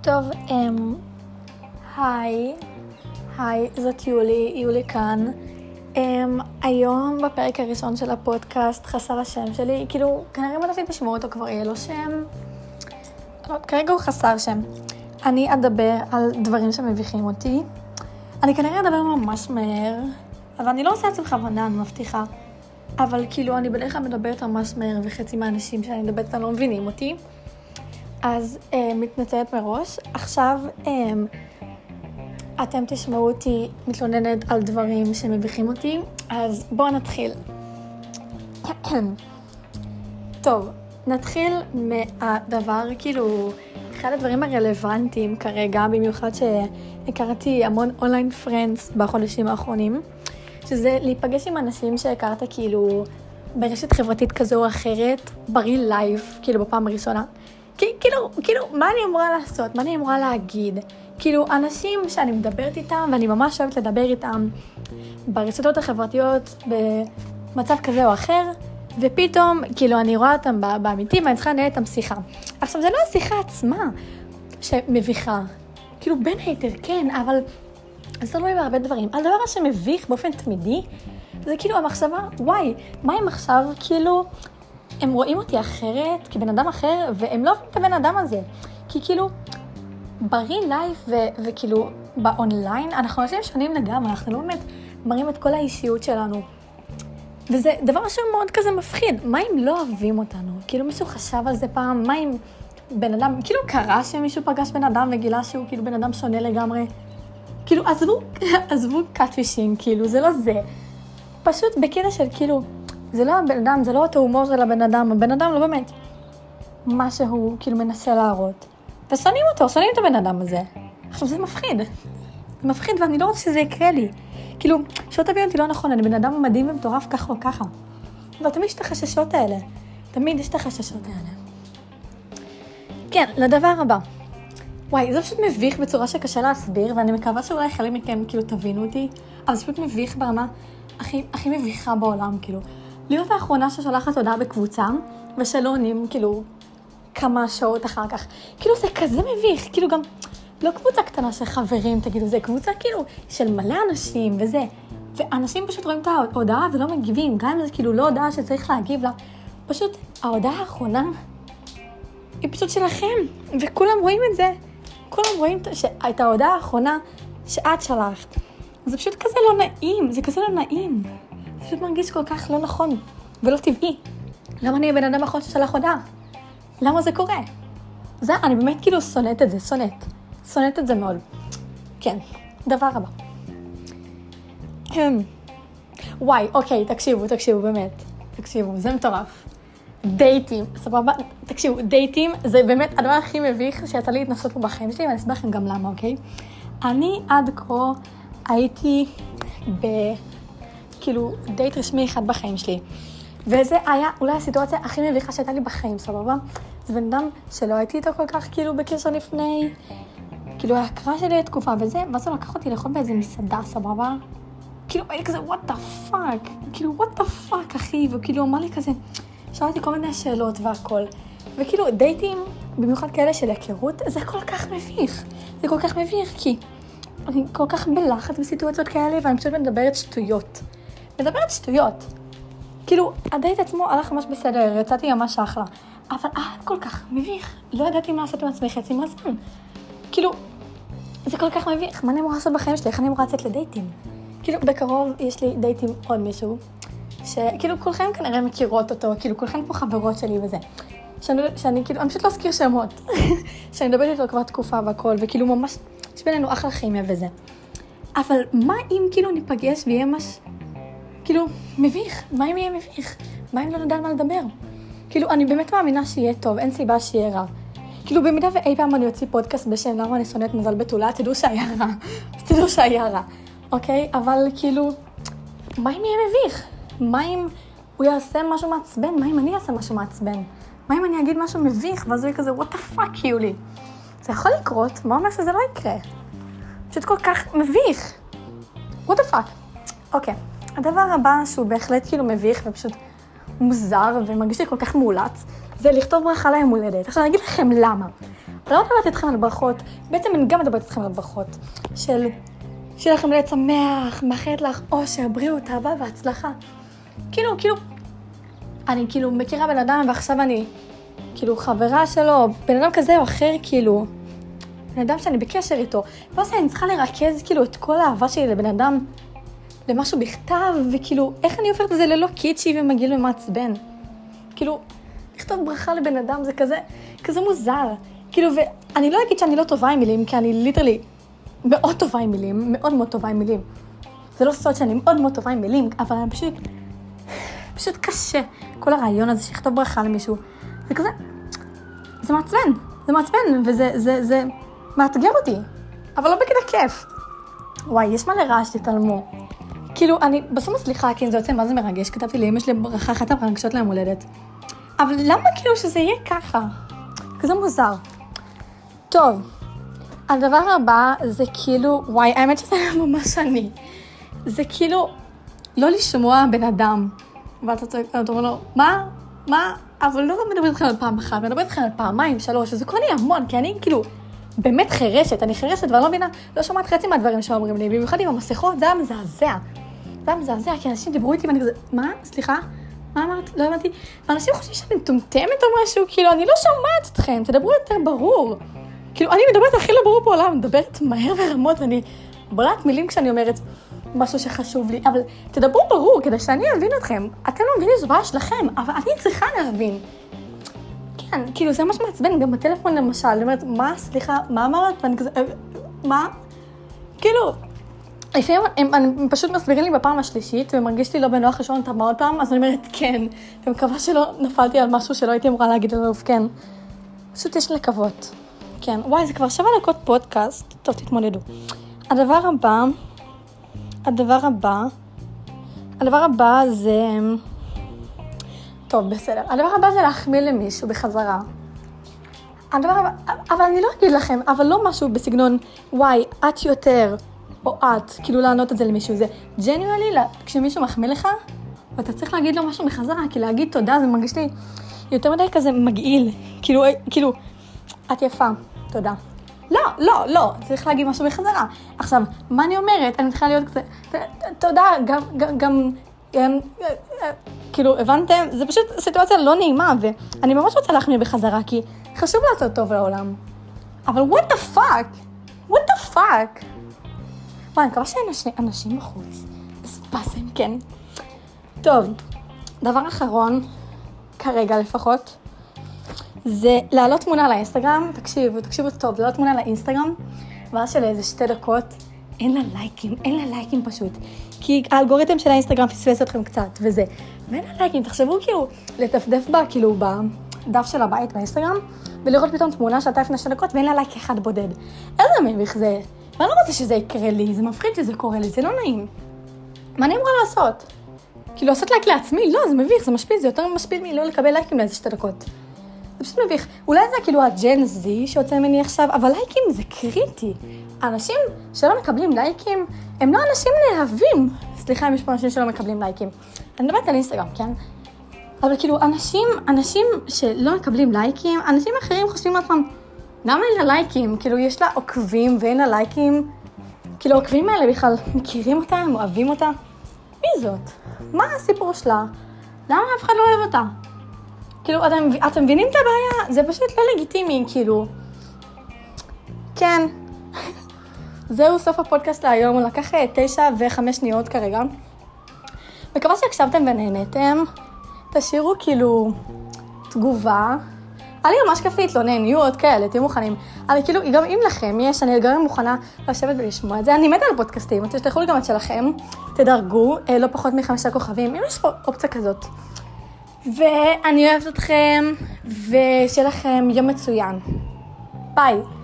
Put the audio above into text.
טוב, היי, זאת יולי כאן. היום בפרק הראשון של הפודקאסט חסר השם שלי, כאילו כנראה מתי תשמעו אותו כבר יהיה לו שם, לא, כרגע הוא חסר שם. אני אדבר על דברים שמביכים אותי, אני כנראה אדבר ממש מהר, אבל אני לא עושה את זה בכוונה, אני מבטיחה, אבל כאילו אני בדרך כלל מדברת ממש מהר וחצי מהאנשים שאני מדברת לא מבינים אותי, אז מתנצלת מראש. עכשיו אתם תשמעו אותי מתלוננת על דברים שמביכים אותי, אז בואו נתחיל. טוב, נתחיל מהדבר, כאילו, אחד הדברים הרלוונטיים כרגע, במיוחד שהכרתי המון אונליין פרנדס בחודשים האחרונים, שזה להיפגש עם אנשים שהכרת כאילו ברשת חברתית כזו או אחרת, בריל לייף, כאילו בפעם הראשונה. כאילו, מה אני אמורה לעשות? מה אני אמורה להגיד? כאילו, אנשים שאני מדברת איתם, ואני ממש אוהבת לדבר איתם ברשתות החברתיות, במצב כזה או אחר, ופתאום, כאילו, אני רואה אותם באמיתי, ואני צריכה לנהל איתם שיחה. עכשיו, זה לא השיחה עצמה שמביכה. כאילו, בין היתר, כן, אבל זה לא בהרבה דברים. הדבר שמביך באופן תמידי, זה כאילו המחשבה, וואי, מה אם עכשיו, כאילו, הם רואים אותי אחרת, כבן אדם אחר, והם לא אוהבים את הבן אדם הזה. כי כאילו, בריל לייף וכאילו באונליין, אנחנו אנשים שונים לגמרי, אנחנו לא באמת מראים את כל האישיות שלנו. וזה דבר שהוא מאוד כזה מפחיד. מה אם לא אוהבים אותנו? כאילו מישהו חשב על זה פעם, מה אם בן אדם, כאילו קרה שמישהו פגש בן אדם וגילה שהוא כאילו בן אדם שונה לגמרי? כאילו עזבו קאטפישינג, כאילו זה לא זה. פשוט בקטע של כאילו, זה לא הבן אדם, זה לא אותו הומור של הבן אדם, הבן אדם לא באמת מה שהוא כאילו מנסה להראות. ושונאים את הבן אדם הזה. עכשיו זה מפחיד. זה מפחיד ואני לא רוצה שזה יקרה לי. כאילו, שלא תבין אותי לא נכון, אני בן אדם מדהים ומטורף ככה או ככה. אבל תמיד יש את החששות האלה. תמיד יש את החששות האלה. כן, לדבר הבא. וואי, זה פשוט מביך בצורה שקשה להסביר, ואני מקווה שאולי חלק מכם כאילו תבינו אותי, אבל זה פשוט מביך ברמה הכי מביכה בעולם, כאילו. להיות האחרונה ששולחת הודעה בקבוצה, ושלא עונים, כאילו, כמה שעות אחר כך. כאילו, זה כזה מביך, כאילו גם, לא קבוצה קטנה של חברים, תגידו, זה קבוצה כאילו של מלא אנשים וזה. ואנשים פשוט רואים את ההודעה ולא מגיבים, גם אם זה כאילו לא הודעה שצריך להגיב לה. פשוט, ההודעה האחרונה היא פשוט שלכם, וכולם רואים את זה. כולם רואים את ההודעה האחרונה שאת שלחת. זה פשוט כזה לא נעים, זה כזה לא נעים. זה פשוט מרגיש כל כך לא נכון ולא טבעי. למה אני הבן אדם האחרון ששלח הודעה? למה זה קורה? אני באמת כאילו שונאת את זה, שונאת את זה מאוד. כן, דבר הבא. וואי, אוקיי, תקשיבו, באמת. תקשיבו, זה מטורף. דייטים, סבבה? תקשיבו, דייטים זה באמת הדבר הכי מביך שיצא לי להתנסות פה בחיים שלי, ואני אסביר לכם גם למה, אוקיי? אני עד כה הייתי כאילו דייט רשמי אחד בחיים שלי. וזה היה אולי הסיטואציה הכי מביכה שהייתה לי בחיים, סבבה? זה בן אדם שלא הייתי איתו כל כך כאילו בקשר לפני, כאילו ההכרה שלי לתקופה וזה, ואז הוא לקח אותי לאכול באיזה מסעדה, סבבה? כאילו הייתי כזה, what the fuck? כאילו, what the fuck, אחי? וכאילו אמר לי כזה, שאלתי כל מיני שאלות והכל. וכאילו דייטים, במיוחד כאלה של הכירות, זה כל כך מביך. זה כל כך מביך, כי אני כל כך בלחץ בסיטואציות כאלה, ואני פשוט מדברת שטויות. כאילו, הדייט עצמו הלך ממש בסדר, יצאתי ממש אחלה. אבל כל כך מביך. לא ידעתי מה לעשות עם עצמי חצי מהזמן. כאילו, זה כל כך מביך. מה אני אמורה לעשות בחיים שלי? איך אני אמורה לצאת לדייטים? כאילו, בקרוב יש לי דייט עם עוד מישהו, שכאילו כולכם כנראה מכירות אותו, כאילו כולכם פה חברות שלי וזה. שאני כאילו, אני פשוט לא אזכיר שמות. שאני מדברת איתו כבר תקופה והכל, וכאילו ממש, יש בינינו אחלה כימיה וזה. אבל מה אם כאילו ניפגש ויהיה ממש, כאילו, מביך? מה אם יהיה מביך? מה אם לא נדע על מה לדבר? כאילו, אני באמת מאמינה שיהיה טוב, אין סיבה שיהיה רע. כאילו, במידה ואי פעם אני יוציא פודקאסט בשם למה אני שונאת מזל בתולה, תדעו שהיה רע, אוקיי? אבל כאילו, מה אם יהיה מביך? מה אם הוא יעשה משהו מעצבן? מה אם אני אעשה משהו מעצבן? מה אם אני אגיד משהו מביך? ואז הוא יהיה כזה, what the fuck, יולי? זה יכול לקרות, מה אומר שזה לא יקרה? פשוט כל כך מביך. what the fuck? אוקיי. הדבר הבא שהוא בהחלט כאילו מביך ופשוט מוזר ומרגיש לי כל כך מאולץ, זה לכתוב ברכה ליום הולדת. עכשיו אני אגיד לכם למה. לא מדברת איתכם על ברכות, בעצם אני גם מדברת איתכם על ברכות, שיהיה לכם לילה שמח, מאחלת לך אושר, בריאות, אהבה והצלחה. כאילו, אני כאילו מכירה בן אדם, ועכשיו אני כאילו חברה שלו, בן אדם כזה או אחר, כאילו, בן אדם שאני בקשר איתו, ואז אני צריכה לרכז כאילו את כל האהבה שלי לבן אדם, למשהו בכתב, וכאילו, איך אני הופכת את זה ללא קיצ'י ומגעיל ומעצבן? כאילו, לכתוב ברכה לבן אדם זה כזה מוזר. כאילו, ואני לא אגיד שאני לא טובה עם מילים, כי אני ליטרלי מאוד טובה עם מילים, מאוד מאוד טובה עם מילים. זה לא סוד שאני מאוד מאוד טובה עם מילים, אבל אני פשוט קשה. כל הרעיון הזה שכתוב ברכה למישהו, זה כזה, זה מעצבן, וזה מאתגר אותי, אבל לא בקטע כיף. וואי, יש מלא רעש, תתעלמו. כאילו, אני בסוף סליחה, כי זה יוצא מה זה מרגש, כתבתי לאמא שלי ברכה אחת המרגשות להם הולדת. אבל למה כאילו שזה יהיה ככה? כזה מוזר. טוב, הדבר הבא זה כאילו, וואי, האמת שזה ממש אני. זה כאילו, לא לשמוע בן אדם. ואתה אומר לו, מה? אבל לא מדבר איתכם על פעם אחת, מדבר איתכם על פעמיים, 3, וזה קורה לי המון, כי אני כאילו באמת חרשת, אני חרשת ואני לא מבינה, לא שומעת חצי מהדברים שאומרים לי, במיוחד עם המסכות, זה היה מזעזע, כי אנשים דיברו איתי ואני כזה, מה? סליחה? מה אמרת? לא הבנתי. ואנשים חושבים שאני מטומטמת או משהו, כאילו, אני לא שומעת אתכם, תדברו יותר ברור. כאילו, אני מדברת הכי לא ברור בעולם, מדברת מהר ורמות, ואני בולעת מילים כשאני אומרת משהו שחשוב לי, אבל תדברו ברור כדי שאני אבין אתכם. אתם לא מבינים זו בעיה שלכם, אבל אני צריכה להבין. כן, כאילו, זה ממש מעצבן, גם בטלפון למשל, אני אומרת, מה? סליחה, מה אמרת? ואני כזה, מה? כאילו, לפעמים הם פשוט מסבירים לי בפעם השלישית, ומרגיש לי לא בנוח ראשון אותם עוד פעם, אז אני אומרת כן, ומקווה שלא נפלתי על משהו שלא הייתי אמורה להגיד עליו, כן. פשוט יש לקוות. כן, וואי, זה כבר 7 דקות פודקאסט, טוב, תתמודדו. הדבר הבא זה, טוב, בסדר. הדבר הבא זה להחמיא למישהו בחזרה. אבל אני לא אגיד לכם, אבל לא משהו בסגנון, וואי, את יותר, או את, כאילו לענות את זה למישהו. זה ג'נואלי, כשמישהו מחמיא לך, ואתה צריך להגיד לו משהו בחזרה, כי להגיד תודה, זה מרגיש לי יותר מדי כזה מגעיל. כאילו, את יפה, תודה. לא, צריך להגיד משהו בחזרה. עכשיו, מה אני אומרת? אני צריכה להיות כזה, תודה, גם, כאילו, הבנתם? זה פשוט סיטואציה לא נעימה, ואני ממש רוצה להחמיא בחזרה, כי חשוב לעשות טוב לעולם. אבל what the fuck? וואי, אני מקווה שאנשים בחוץ. זה פסם, כן. טוב, דבר אחרון, כרגע לפחות, זה להעלות תמונה לאינסטגרם. תקשיבו טוב, להעלות תמונה לאינסטגרם, ואז של איזה 2 דקות, אין לה לייקים פשוט. כי האלגוריתם של האינסטגרם פספס אתכם קצת, וזה. ואין לה לייקים, תחשבו כאילו, לטפדף בה, כאילו, בדף של הבית באינסטגרם, ולראות פתאום תמונה שעתה לפני 2 דקות, ואין לה לייק אחד בודד. איזה מביך זה? ואני לא רוצה שזה יקרה לי, זה מפחיד שזה קורה לי, זה לא נעים. מה אני אמורה לעשות? כאילו, לעשות לייק לעצמי? לא, זה מביך, זה משפיל, זה יותר משפיל מלא לקבל לייקים לאיזה 2 דקות. זה פשוט מביך. אולי זה כאילו הג'ן זי שיוצא ממני עכשיו, אבל לייקים זה קריטי. אנשים שלא מקבלים לייקים, הם לא אנשים נאהבים. סליחה, אם יש פה אנשים שלא מקבלים לייקים. אני מדברת על אינסטגרם, כן? אבל כאילו, אנשים שלא מקבלים לייקים, אנשים אחרים חושבים לעצמם, למה אין לה לייקים? כאילו, יש לה עוקבים ואין לה לייקים. כאילו, העוקבים האלה בכלל מכירים אותה, הם אוהבים אותה. מי זאת? מה הסיפור שלה? למה אף אחד לא אוהב אותה? כאילו, אתם מבינים את הבעיה? זה פשוט לא לגיטימי, כאילו. כן. זהו סוף הפודקאסט להיום, הוא לקח 9 ו5 שניות כרגע. מקווה שהקשבתם ונהנתם. תשאירו כאילו תגובה. היה לי ממש כיף להתלונן, יהיו עוד כאלה, תהיו מוכנים. אני כאילו, גם אם לכם יש, אני גם מוכנה לשבת ולשמוע את זה. אני מתה על הפודקאסטים, תשלחו לי גם את שלכם. תדרגו, לא פחות מ5 כוכבים, אם יש פה אופציה כזאת. ואני אוהבת אתכם, ושיהיה לכם יום מצוין. ביי.